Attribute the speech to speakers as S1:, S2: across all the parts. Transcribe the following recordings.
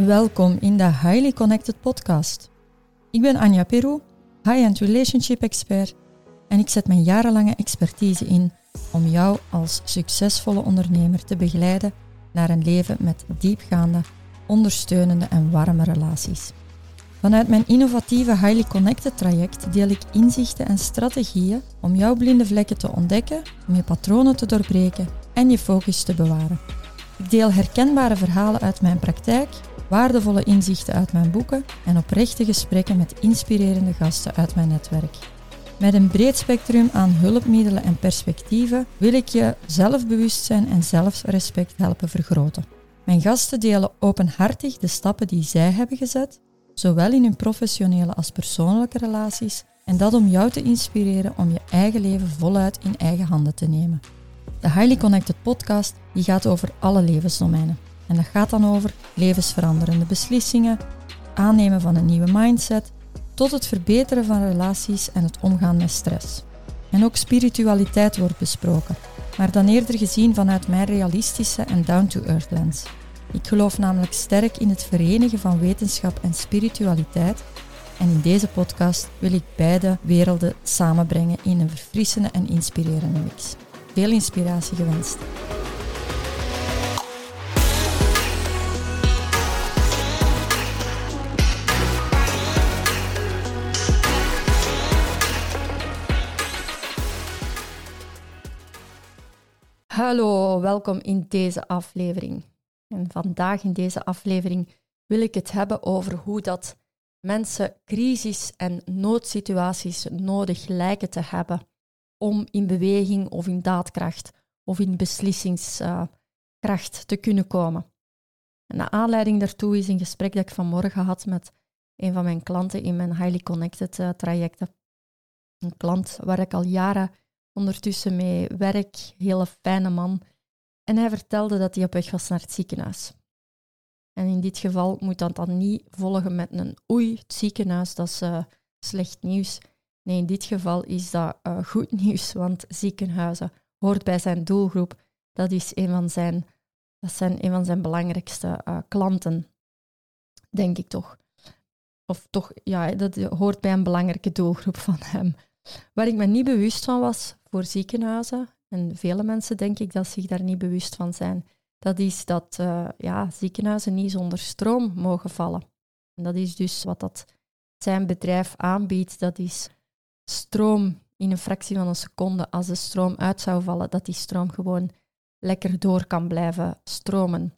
S1: Welkom in de Highly Connected podcast. Ik ben Anja Peru, high-end relationship expert en ik zet mijn jarenlange expertise in om jou als succesvolle ondernemer te begeleiden naar een leven met diepgaande, ondersteunende en warme relaties. Vanuit mijn innovatieve Highly Connected traject deel ik inzichten en strategieën om jouw blinde vlekken te ontdekken, om je patronen te doorbreken en je focus te bewaren. Ik deel herkenbare verhalen uit mijn praktijk, waardevolle inzichten uit mijn boeken en oprechte gesprekken met inspirerende gasten uit mijn netwerk. Met een breed spectrum aan hulpmiddelen en perspectieven wil ik je zelfbewustzijn en zelfrespect helpen vergroten. Mijn gasten delen openhartig de stappen die zij hebben gezet, zowel in hun professionele als persoonlijke relaties, en dat om jou te inspireren om je eigen leven voluit in eigen handen te nemen. De Highly Connected podcast die gaat over alle levensdomeinen. En dat gaat dan over levensveranderende beslissingen, aannemen van een nieuwe mindset, tot het verbeteren van relaties en het omgaan met stress. En ook spiritualiteit wordt besproken, maar dan eerder gezien vanuit mijn realistische en down-to-earth lens. Ik geloof namelijk sterk in het verenigen van wetenschap en spiritualiteit en in deze podcast wil ik beide werelden samenbrengen in een verfrissende en inspirerende mix. Veel inspiratie gewenst. Hallo, welkom in deze aflevering. En vandaag in deze aflevering wil ik het hebben over hoe dat mensen crisis- en noodsituaties nodig lijken te hebben om in beweging of in daadkracht of in beslissingskracht te kunnen komen. En de aanleiding daartoe is een gesprek dat ik vanmorgen had met een van mijn klanten in mijn Highly Connected trajecten. Een klant waar ik al jaren ondertussen mee werk, hele fijne man. En hij vertelde dat hij op weg was naar het ziekenhuis. En in dit geval moet dat dan niet volgen met een oei, het ziekenhuis, dat is slecht nieuws. Nee, in dit geval is dat goed nieuws, want ziekenhuizen hoort bij zijn doelgroep. Dat zijn een van zijn belangrijkste klanten, denk ik toch. Of toch, ja, dat hoort bij een belangrijke doelgroep van hem. Waar ik me niet bewust van was voor ziekenhuizen, en vele mensen denk ik dat zich daar niet bewust van zijn, dat is dat ziekenhuizen niet zonder stroom mogen vallen. En dat is dus wat dat zijn bedrijf aanbiedt, dat is stroom in een fractie van een seconde. Als de stroom uit zou vallen, dat die stroom gewoon lekker door kan blijven stromen.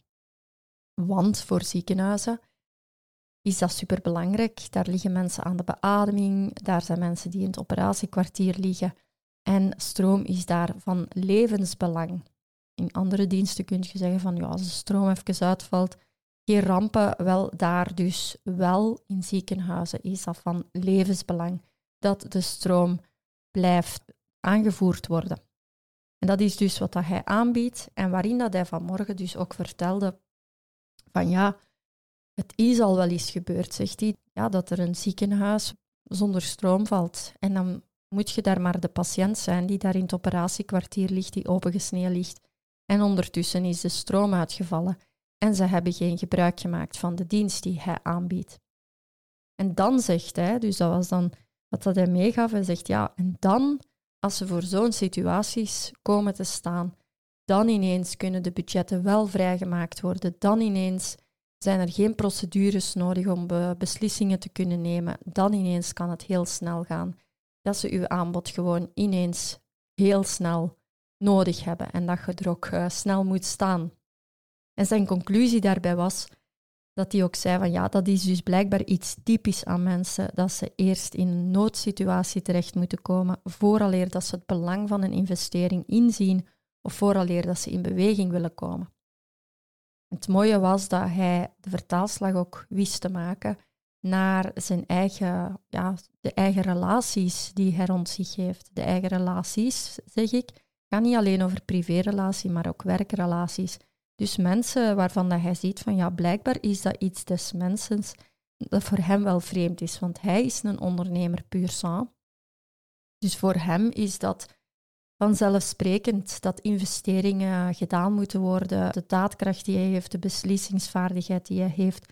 S1: Want voor ziekenhuizen is dat superbelangrijk. Daar liggen mensen aan de beademing, daar zijn mensen die in het operatiekwartier liggen. En stroom is daar van levensbelang. In andere diensten kun je zeggen van, ja, als de stroom even uitvalt, geen rampen, wel daar dus wel in ziekenhuizen is dat van levensbelang dat de stroom blijft aangevoerd worden. En dat is dus wat dat hij aanbiedt en waarin dat hij vanmorgen dus ook vertelde van ja, het is al wel eens gebeurd, zegt hij, ja, dat er een ziekenhuis zonder stroom valt. En dan moet je daar maar de patiënt zijn die daar in het operatiekwartier ligt, die opengesneden ligt. En ondertussen is de stroom uitgevallen en ze hebben geen gebruik gemaakt van de dienst die hij aanbiedt. En dan zegt hij, dus dat was dan wat dat hij meegaf, hij zegt ja, en dan, als ze voor zo'n situaties komen te staan, dan ineens kunnen de budgetten wel vrijgemaakt worden, dan ineens zijn er geen procedures nodig om beslissingen te kunnen nemen, dan ineens kan het heel snel gaan, dat ze uw aanbod gewoon ineens heel snel nodig hebben en dat je er ook snel moet staan. En zijn conclusie daarbij was dat hij ook zei van ja, dat is dus blijkbaar iets typisch aan mensen, dat ze eerst in een noodsituatie terecht moeten komen, vooraleer dat ze het belang van een investering inzien of vooraleer dat ze in beweging willen komen. Het mooie was dat hij de vertaalslag ook wist te maken naar zijn eigen, de eigen relaties die hij rond zich heeft. De eigen relaties, zeg ik, gaat niet alleen over privérelatie, maar ook werkrelaties. Dus mensen waarvan dat hij ziet van ja, blijkbaar is dat iets des mensens dat voor hem wel vreemd is, want hij is een ondernemer puur sang. Dus voor hem is dat vanzelfsprekend dat investeringen gedaan moeten worden, de daadkracht die hij heeft, de beslissingsvaardigheid die hij heeft,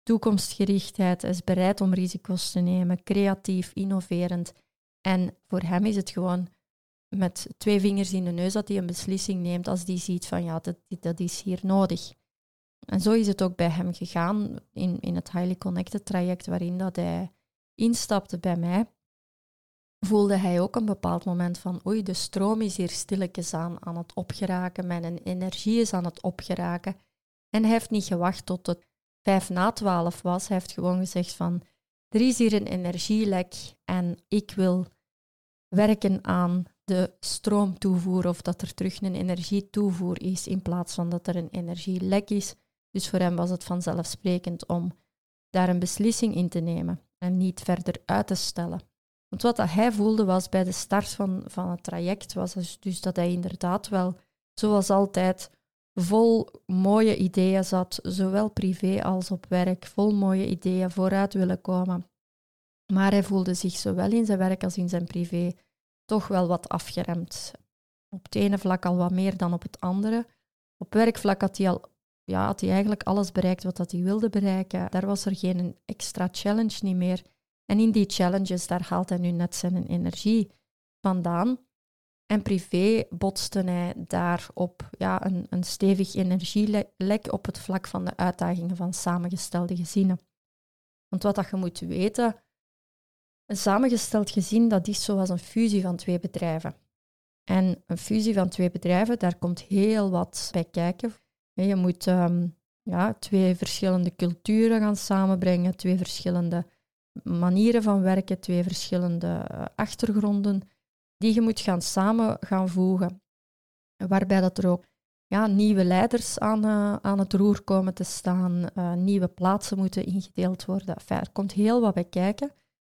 S1: toekomstgerichtheid, hij is bereid om risico's te nemen, creatief, innoverend. En voor hem is het gewoon met 2 vingers in de neus dat hij een beslissing neemt als hij ziet van ja, dat is hier nodig. En zo is het ook bij hem gegaan in het Highly Connected traject waarin dat hij instapte bij mij. Voelde hij ook een bepaald moment van oei, de stroom is hier stilletjes aan het opgeraken, mijn energie is aan het opgeraken. En hij heeft niet gewacht tot het 11:55 was. Hij heeft gewoon gezegd van er is hier een energielek en ik wil werken aan de stroomtoevoer of dat er terug een energietoevoer is in plaats van dat er een energielek is. Dus voor hem was het vanzelfsprekend om daar een beslissing in te nemen en niet verder uit te stellen. Want wat dat hij voelde was bij de start van het traject, was dus dat hij inderdaad wel, zoals altijd, vol mooie ideeën zat, zowel privé als op werk, vol mooie ideeën vooruit willen komen. Maar hij voelde zich zowel in zijn werk als in zijn privé toch wel wat afgeremd. Op het ene vlak al wat meer dan op het andere. Op werkvlak had hij eigenlijk alles bereikt wat hij wilde bereiken. Daar was er geen extra challenge niet meer. En in die challenges, daar haalt hij nu net zijn energie vandaan. En privé botste hij daar op een stevig energielek op het vlak van de uitdagingen van samengestelde gezinnen. Want wat dat je moet weten, een samengesteld gezin, dat is zoals een fusie van 2 bedrijven. En een fusie van 2 bedrijven, daar komt heel wat bij kijken. Je moet 2 verschillende culturen gaan samenbrengen, 2 verschillende manieren van werken, 2 verschillende achtergronden, die je moet samen gaan voegen. Waarbij dat er ook nieuwe leiders aan het roer komen te staan, nieuwe plaatsen moeten ingedeeld worden. Enfin, er komt heel wat bij kijken.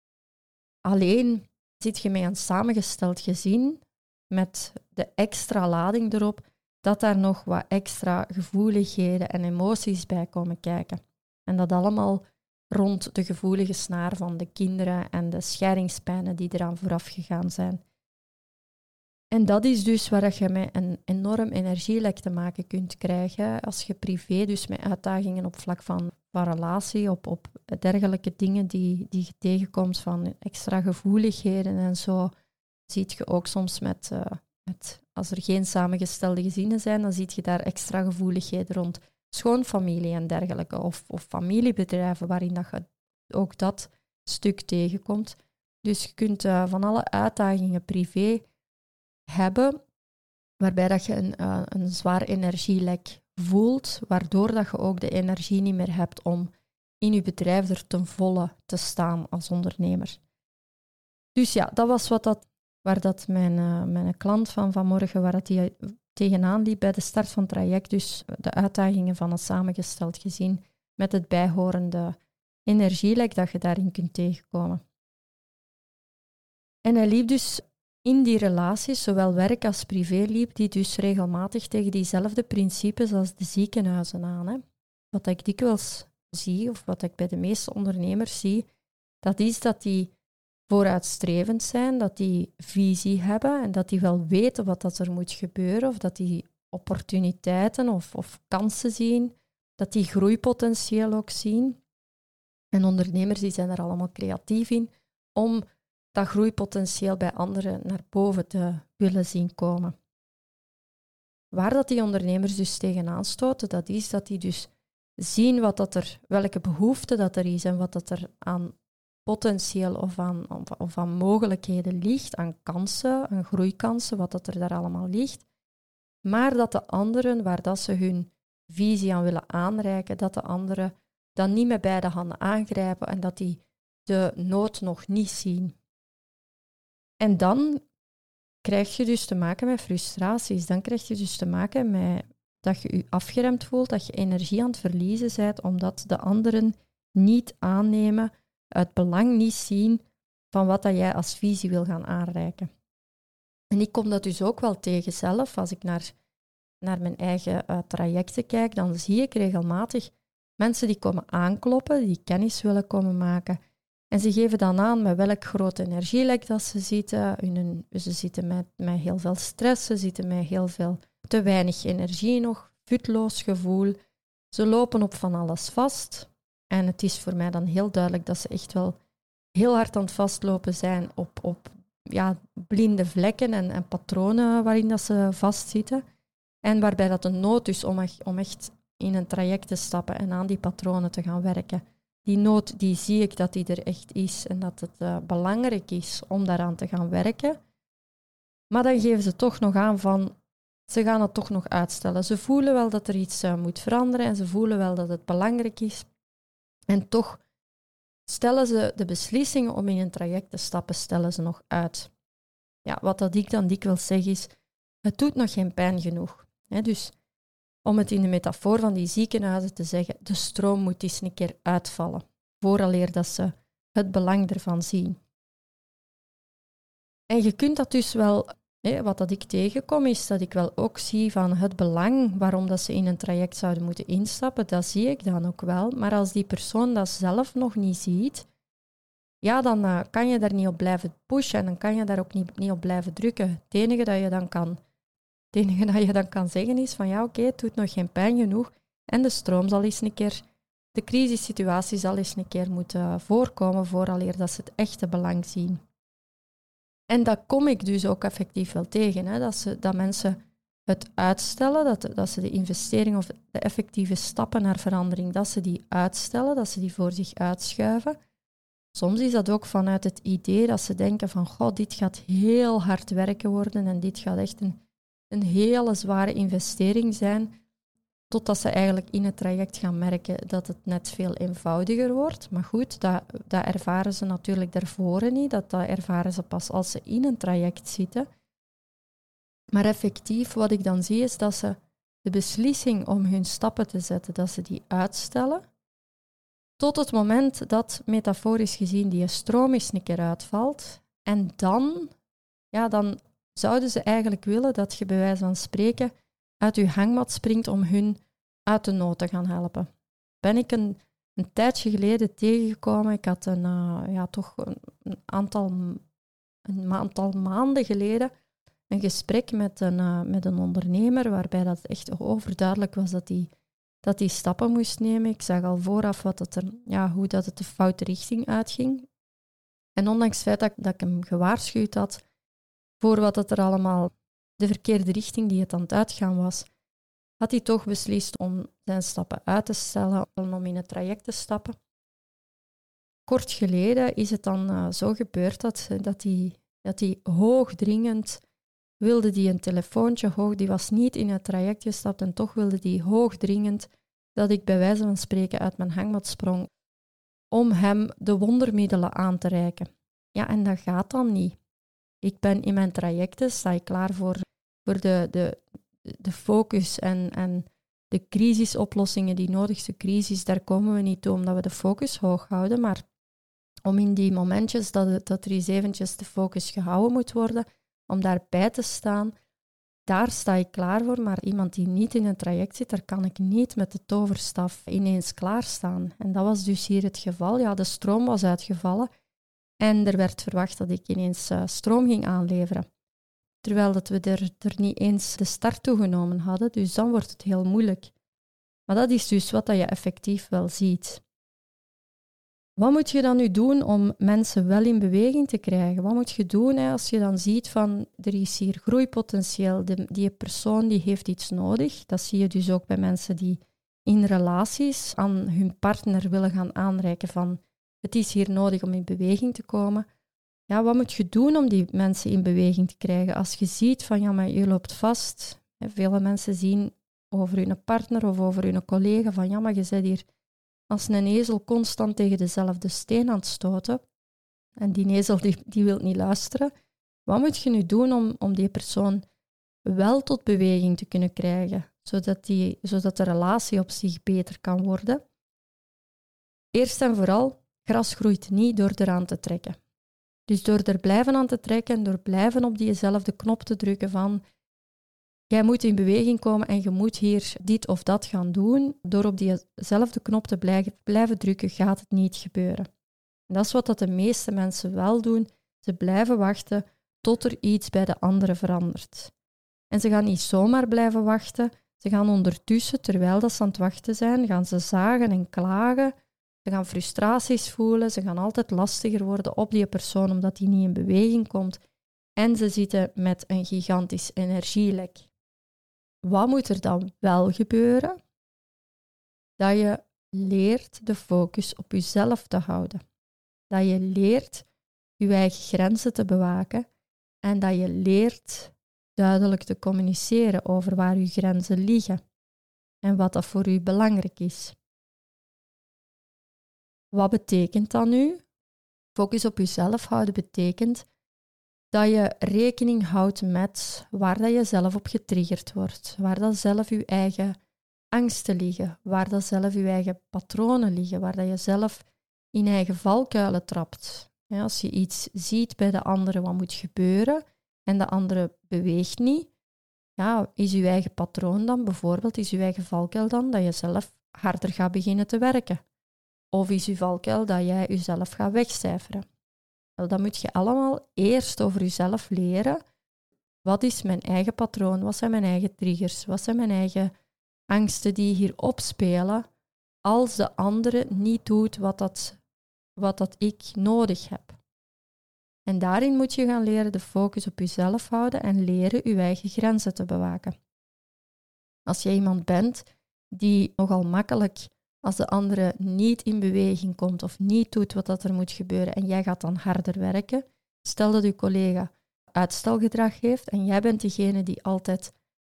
S1: Alleen zit je met een samengesteld gezin met de extra lading erop, dat daar nog wat extra gevoeligheden en emoties bij komen kijken. En dat allemaal rond de gevoelige snaar van de kinderen en de scheidingspijnen die eraan vooraf gegaan zijn. En dat is dus waar je met een enorm energielek te maken kunt krijgen als je privé, dus met uitdagingen op vlak van relatie, op dergelijke dingen die je tegenkomt van extra gevoeligheden en zo, ziet je ook soms met als er geen samengestelde gezinnen zijn, dan zie je daar extra gevoeligheden rond schoonfamilie en dergelijke, of familiebedrijven waarin dat je ook dat stuk tegenkomt. Dus je kunt van alle uitdagingen privé hebben, waarbij dat je een zwaar energielek voelt, waardoor dat je ook de energie niet meer hebt om in je bedrijf er ten volle te staan als ondernemer. Dus ja, dat was waar mijn klant van vanmorgen, waar hij tegenaan liep bij de start van het traject, dus de uitdagingen van een samengesteld gezin met het bijhorende energielek dat je daarin kunt tegenkomen. En hij liep dus in die relaties, zowel werk als privé, liep die dus regelmatig tegen diezelfde principes als de ziekenhuizen aan. Hè. Wat ik dikwijls zie, of wat ik bij de meeste ondernemers zie, dat is dat die vooruitstrevend zijn, dat die visie hebben en dat die wel weten wat dat er moet gebeuren, of dat die opportuniteiten of kansen zien, dat die groeipotentieel ook zien. En ondernemers die zijn er allemaal creatief in om dat groeipotentieel bij anderen naar boven te willen zien komen. Waar dat die ondernemers dus tegenaan stoten, dat is dat die dus zien welke behoefte dat er is en wat dat er aan potentieel of aan mogelijkheden ligt, aan kansen, aan groeikansen, wat dat er daar allemaal ligt. Maar dat de anderen, waar dat ze hun visie aan willen aanreiken, dat de anderen dat niet met beide handen aangrijpen en dat die de nood nog niet zien. En dan krijg je dus te maken met frustraties. Dan krijg je dus te maken met dat je je afgeremd voelt, dat je energie aan het verliezen bent, omdat de anderen niet aannemen, het belang niet zien van wat dat jij als visie wil gaan aanreiken. En ik kom dat dus ook wel tegen zelf. Als ik naar mijn eigen trajecten kijk, dan zie ik regelmatig mensen die komen aankloppen, die kennis willen komen maken. En ze geven dan aan met welk groot energielek dat ze zitten. Ze zitten met heel veel stress, ze zitten met heel veel te weinig energie nog, futloos gevoel. Ze lopen op van alles vast. En het is voor mij dan heel duidelijk dat ze echt wel heel hard aan het vastlopen zijn op blinde vlekken en patronen waarin dat ze vastzitten. En waarbij dat een nood is om echt in een traject te stappen en aan die patronen te gaan werken. Die nood, die zie ik dat die er echt is en dat het belangrijk is om daaraan te gaan werken. Maar dan geven ze toch nog aan van, ze gaan het toch nog uitstellen. Ze voelen wel dat er iets moet veranderen en ze voelen wel dat het belangrijk is. En toch stellen ze de beslissingen om in een traject te stappen, stellen ze nog uit. Ja, wat dat ik dan dikwijls zeg is, het doet nog geen pijn genoeg. Dus om het in de metafoor van die ziekenhuizen te zeggen, de stroom moet eens een keer uitvallen, vooraleer dat ze het belang ervan zien. En je kunt dat dus wel, wat dat ik tegenkom, is dat ik wel ook zie van het belang waarom dat ze in een traject zouden moeten instappen, dat zie ik dan ook wel. Maar als die persoon dat zelf nog niet ziet, ja, dan kan je daar niet op blijven pushen en dan kan je daar ook niet op blijven drukken. Het enige dat je dan kan zeggen is van ja, oké, het doet nog geen pijn genoeg en de stroom zal eens een keer, de crisissituatie zal eens een keer moeten voorkomen vooraleer dat ze het echte belang zien. En dat kom ik dus ook effectief wel tegen, dat mensen het uitstellen, dat ze de investering of de effectieve stappen naar verandering, dat ze die uitstellen, dat ze die voor zich uitschuiven. Soms is dat ook vanuit het idee dat ze denken van, goh, dit gaat heel hard werken worden en dit gaat echt een hele zware investering zijn, totdat ze eigenlijk in het traject gaan merken dat het net veel eenvoudiger wordt. Maar goed, dat ervaren ze natuurlijk daarvoor niet, dat ervaren ze pas als ze in een traject zitten. Maar effectief, wat ik dan zie, is dat ze de beslissing om hun stappen te zetten, dat ze die uitstellen, tot het moment dat, metaforisch gezien, die stroom eens een keer uitvalt. En dan zouden ze eigenlijk willen dat je bij wijze van spreken uit je hangmat springt om hun uit de nood te gaan helpen. Ben ik een tijdje geleden tegengekomen. Ik had een aantal maanden geleden een gesprek met een ondernemer waarbij dat echt overduidelijk was dat die stappen moest nemen. Ik zag al vooraf hoe dat het de foute richting uitging. En ondanks het feit dat ik hem gewaarschuwd had voor wat het er allemaal, de verkeerde richting die het aan het uitgaan was, had hij toch beslist om zijn stappen uit te stellen, om in het traject te stappen. Kort geleden is het dan zo gebeurd dat hij hoogdringend wilde die een telefoontje die was niet in het traject gestapt en toch wilde die hoogdringend dat ik bij wijze van spreken uit mijn hangmat sprong om hem de wondermiddelen aan te reiken. Ja, en dat gaat dan niet. Ik ben in mijn trajecten, sta ik klaar voor de focus en de crisisoplossingen, die nodigste crisis, daar komen we niet toe omdat we de focus hoog houden, maar om in die momentjes dat er eens eventjes de focus gehouden moet worden, om daarbij te staan, daar sta ik klaar voor, maar iemand die niet in een traject zit, daar kan ik niet met de toverstaf ineens klaarstaan. En dat was dus hier het geval. Ja, de stroom was uitgevallen en er werd verwacht dat ik ineens stroom ging aanleveren. Terwijl dat we er niet eens de start toegenomen hadden, dus dan wordt het heel moeilijk. Maar dat is dus wat je effectief wel ziet. Wat moet je dan nu doen om mensen wel in beweging te krijgen? Wat moet je doen als je dan ziet van er is hier groeipotentieel, die persoon die heeft iets nodig. Dat zie je dus ook bij mensen die in relaties aan hun partner willen gaan aanreiken van het is hier nodig om in beweging te komen. Ja, wat moet je doen om die mensen in beweging te krijgen? Als je ziet van ja, maar je loopt vast. Vele mensen zien over hun partner of over hun collega van ja, maar je bent hier als een ezel constant tegen dezelfde steen aan het stoten en die ezel die wil niet luisteren. Wat moet je nu doen om die persoon wel tot beweging te kunnen krijgen, zodat de relatie op zich beter kan worden? Eerst en vooral, gras groeit niet door eraan te trekken. Dus door er blijven aan te trekken en door blijven op diezelfde knop te drukken van jij moet in beweging komen en je moet hier dit of dat gaan doen. Door op diezelfde knop te blijven drukken, gaat het niet gebeuren. En dat is wat de meeste mensen wel doen. Ze blijven wachten tot er iets bij de andere verandert. En ze gaan niet zomaar blijven wachten. Ze gaan ondertussen, terwijl dat ze aan het wachten zijn, gaan ze zagen en klagen Ze gaan frustraties voelen, ze gaan altijd lastiger worden op die persoon omdat die niet in beweging komt. En ze zitten met een gigantisch energielek. Wat moet er dan wel gebeuren? Dat je leert de focus op jezelf te houden. Dat je leert je eigen grenzen te bewaken en dat je leert duidelijk te communiceren over waar je grenzen liggen en wat dat voor u belangrijk is. Wat betekent dat nu? Focus op jezelf houden betekent dat je rekening houdt met waar dat je zelf op getriggerd wordt, waar dat zelf je eigen angsten liggen, waar dat zelf je eigen patronen liggen, waar dat je zelf in eigen valkuilen trapt. Ja, als je iets ziet bij de andere wat moet gebeuren en de andere beweegt niet, ja, is je eigen patroon dan bijvoorbeeld, is je eigen valkuil dan dat je zelf harder gaat beginnen te werken? Of is je valkuil dat jij jezelf gaat wegcijferen? Wel, dat moet je allemaal eerst over jezelf leren. Wat is mijn eigen patroon? Wat zijn mijn eigen triggers? Wat zijn mijn eigen angsten die hier opspelen als de andere niet doet wat dat ik nodig heb? En daarin moet je gaan leren de focus op jezelf houden en leren je eigen grenzen te bewaken. Als je iemand bent die nogal makkelijk, als de andere niet in beweging komt of niet doet wat dat er moet gebeuren en jij gaat dan harder werken, stel dat je collega uitstelgedrag heeft en jij bent degene die altijd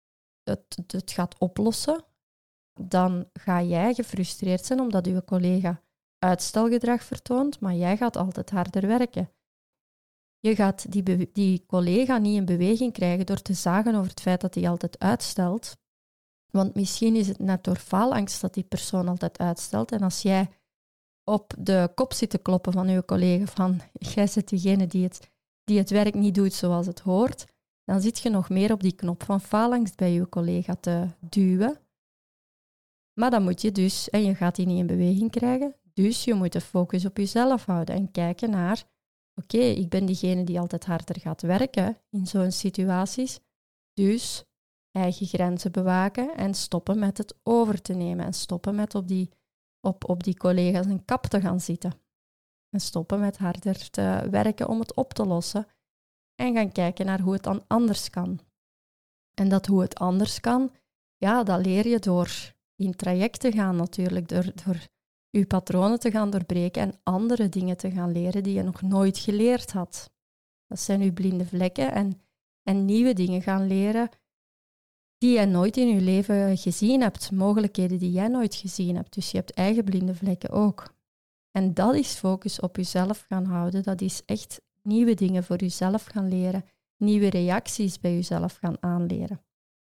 S1: het gaat oplossen, dan ga jij gefrustreerd zijn omdat je collega uitstelgedrag vertoont, maar jij gaat altijd harder werken. Je gaat die collega niet in beweging krijgen door te zagen over het feit dat hij altijd uitstelt. Want misschien is het net door faalangst dat die persoon altijd uitstelt. En als jij op de kop zit te kloppen van je collega van jij bent degene die het werk niet doet zoals het hoort, dan zit je nog meer op die knop van faalangst bij je collega te duwen. Maar dan moet je dus, en je gaat die niet in beweging krijgen, dus je moet de focus op jezelf houden en kijken naar, oké, ik ben diegene die altijd harder gaat werken in zo'n situaties, dus eigen grenzen bewaken en stoppen met het over te nemen en stoppen met op die collega's een kap te gaan zitten. En stoppen met harder te werken om het op te lossen en gaan kijken naar hoe het dan anders kan. En dat hoe het anders kan, ja, dat leer je door in traject te gaan natuurlijk, door je patronen te gaan doorbreken en andere dingen te gaan leren die je nog nooit geleerd had. Dat zijn je blinde vlekken en nieuwe dingen gaan leren die jij nooit in je leven gezien hebt, mogelijkheden die jij nooit gezien hebt. Dus je hebt eigen blinde vlekken ook. En dat is focus op jezelf gaan houden, dat is echt nieuwe dingen voor jezelf gaan leren, nieuwe reacties bij jezelf gaan aanleren.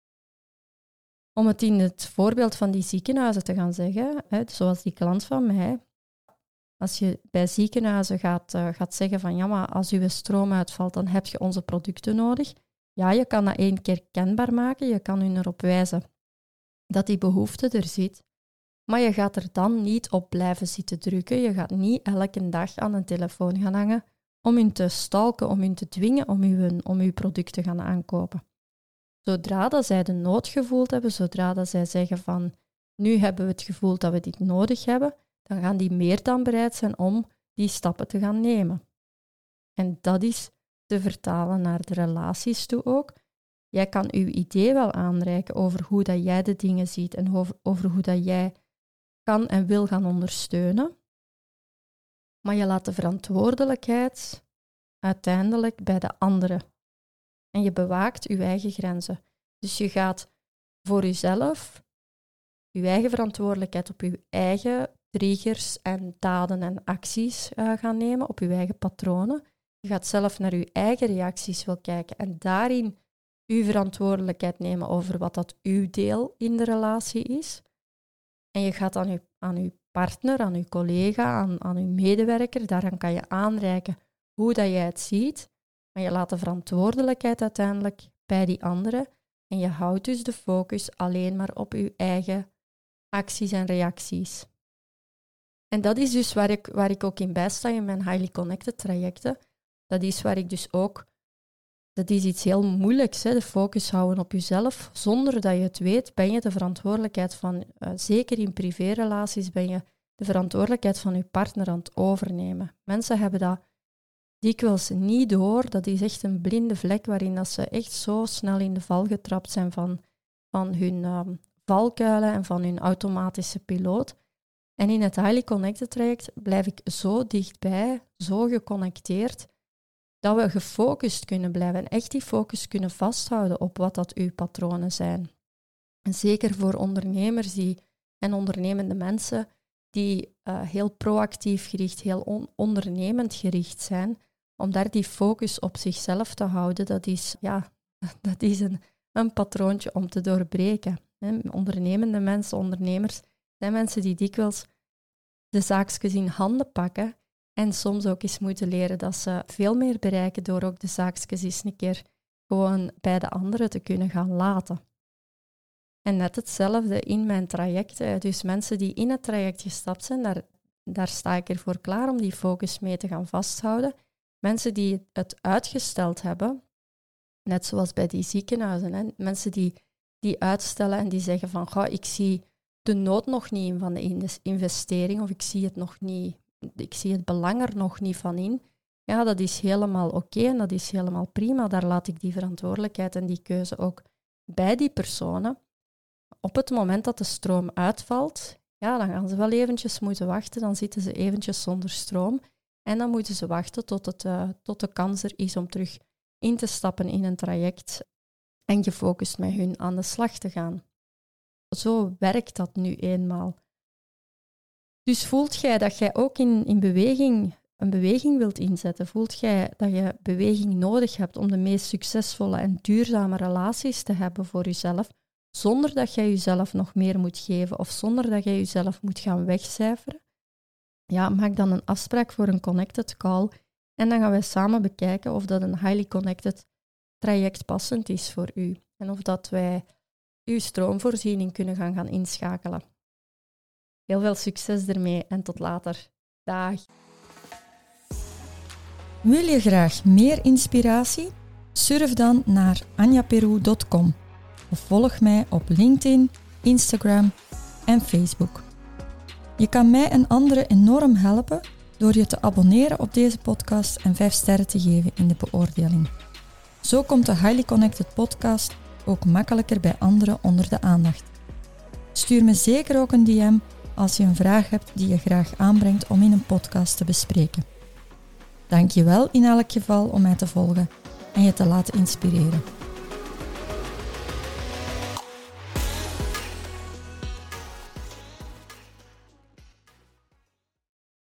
S1: Om het in het voorbeeld van die ziekenhuizen te gaan zeggen, zoals die klant van mij, als je bij ziekenhuizen gaat zeggen van ja, maar als je stroom uitvalt, dan heb je onze producten nodig. Ja, je kan dat 1 keer kenbaar maken, je kan hun erop wijzen dat die behoefte er zit, maar je gaat er dan niet op blijven zitten drukken. Je gaat niet elke dag aan een telefoon gaan hangen om hun te stalken, om hun te dwingen om uw product te gaan aankopen. Zodra dat zij de nood gevoeld hebben, zodra dat zij zeggen van nu hebben we het gevoel dat we dit nodig hebben, dan gaan die meer dan bereid zijn om die stappen te gaan nemen. En dat is te vertalen naar de relaties toe ook. Jij kan uw idee wel aanreiken over hoe dat jij de dingen ziet en over hoe dat jij kan en wil gaan ondersteunen. Maar je laat de verantwoordelijkheid uiteindelijk bij de andere. En je bewaakt je eigen grenzen. Dus je gaat voor jezelf je eigen verantwoordelijkheid op je eigen triggers en daden en acties gaan nemen, op je eigen patronen. Je gaat zelf naar je eigen reacties wil kijken en daarin je verantwoordelijkheid nemen over wat dat uw deel in de relatie is. En je gaat aan uw partner, aan uw collega, aan uw medewerker, daaraan kan je aanreiken hoe dat jij het ziet. Maar je laat de verantwoordelijkheid uiteindelijk bij die anderen en je houdt dus de focus alleen maar op je eigen acties en reacties. En dat is dus waar ik ook in bijsta in mijn Highly Connected trajecten. Dat is waar ik dus ook, dat is iets heel moeilijks, de focus houden op jezelf. Zonder dat je het weet, ben je de verantwoordelijkheid van, zeker in privérelaties, ben je de verantwoordelijkheid van je partner aan het overnemen. Mensen hebben dat dikwijls niet door. Dat is echt een blinde vlek waarin dat ze echt zo snel in de val getrapt zijn van hun valkuilen en van hun automatische piloot. En in het Highly Connected traject blijf ik zo dichtbij, zo geconnecteerd, dat we gefocust kunnen blijven en echt die focus kunnen vasthouden op wat dat uw patronen zijn. En zeker voor ondernemers en ondernemende mensen die heel proactief gericht, heel ondernemend gericht zijn, om daar die focus op zichzelf te houden, dat is een patroontje om te doorbreken. Ondernemende mensen, ondernemers, zijn mensen die dikwijls de zaakjes in handen pakken en soms ook eens moeten leren dat ze veel meer bereiken door ook de zaakjes eens een keer gewoon bij de anderen te kunnen gaan laten. En net hetzelfde in mijn traject. Dus mensen die in het traject gestapt zijn, daar sta ik ervoor klaar om die focus mee te gaan vasthouden. Mensen die het uitgesteld hebben, net zoals bij die ziekenhuizen, mensen die uitstellen en die zeggen van, ik zie de nood nog niet in van de investering of ik zie het belang er nog niet van in. Ja, dat is helemaal oké en dat is helemaal prima. Daar laat ik die verantwoordelijkheid en die keuze ook bij die personen. Op het moment dat de stroom uitvalt, ja, dan gaan ze wel eventjes moeten wachten. Dan zitten ze eventjes zonder stroom. En dan moeten ze wachten tot de kans er is om terug in te stappen in een traject en gefocust met hun aan de slag te gaan. Zo werkt dat nu eenmaal. Dus voelt jij dat jij ook in beweging een beweging wilt inzetten? Voelt jij dat je beweging nodig hebt om de meest succesvolle en duurzame relaties te hebben voor jezelf, zonder dat jij jezelf nog meer moet geven of zonder dat jij jezelf moet gaan wegcijferen? Ja, maak dan een afspraak voor een Connected Call en dan gaan wij samen bekijken of dat een Highly Connected traject passend is voor u en of dat wij uw stroomvoorziening kunnen gaan inschakelen. Heel veel succes ermee en tot later. Dag.
S2: Wil je graag meer inspiratie? Surf dan naar anjaperu.com of volg mij op LinkedIn, Instagram en Facebook. Je kan mij en anderen enorm helpen door je te abonneren op deze podcast en 5 sterren te geven in de beoordeling. Zo komt de Highly Connected podcast ook makkelijker bij anderen onder de aandacht. Stuur me zeker ook een DM als je een vraag hebt die je graag aanbrengt om in een podcast te bespreken. Dank je wel in elk geval om mij te volgen en je te laten inspireren.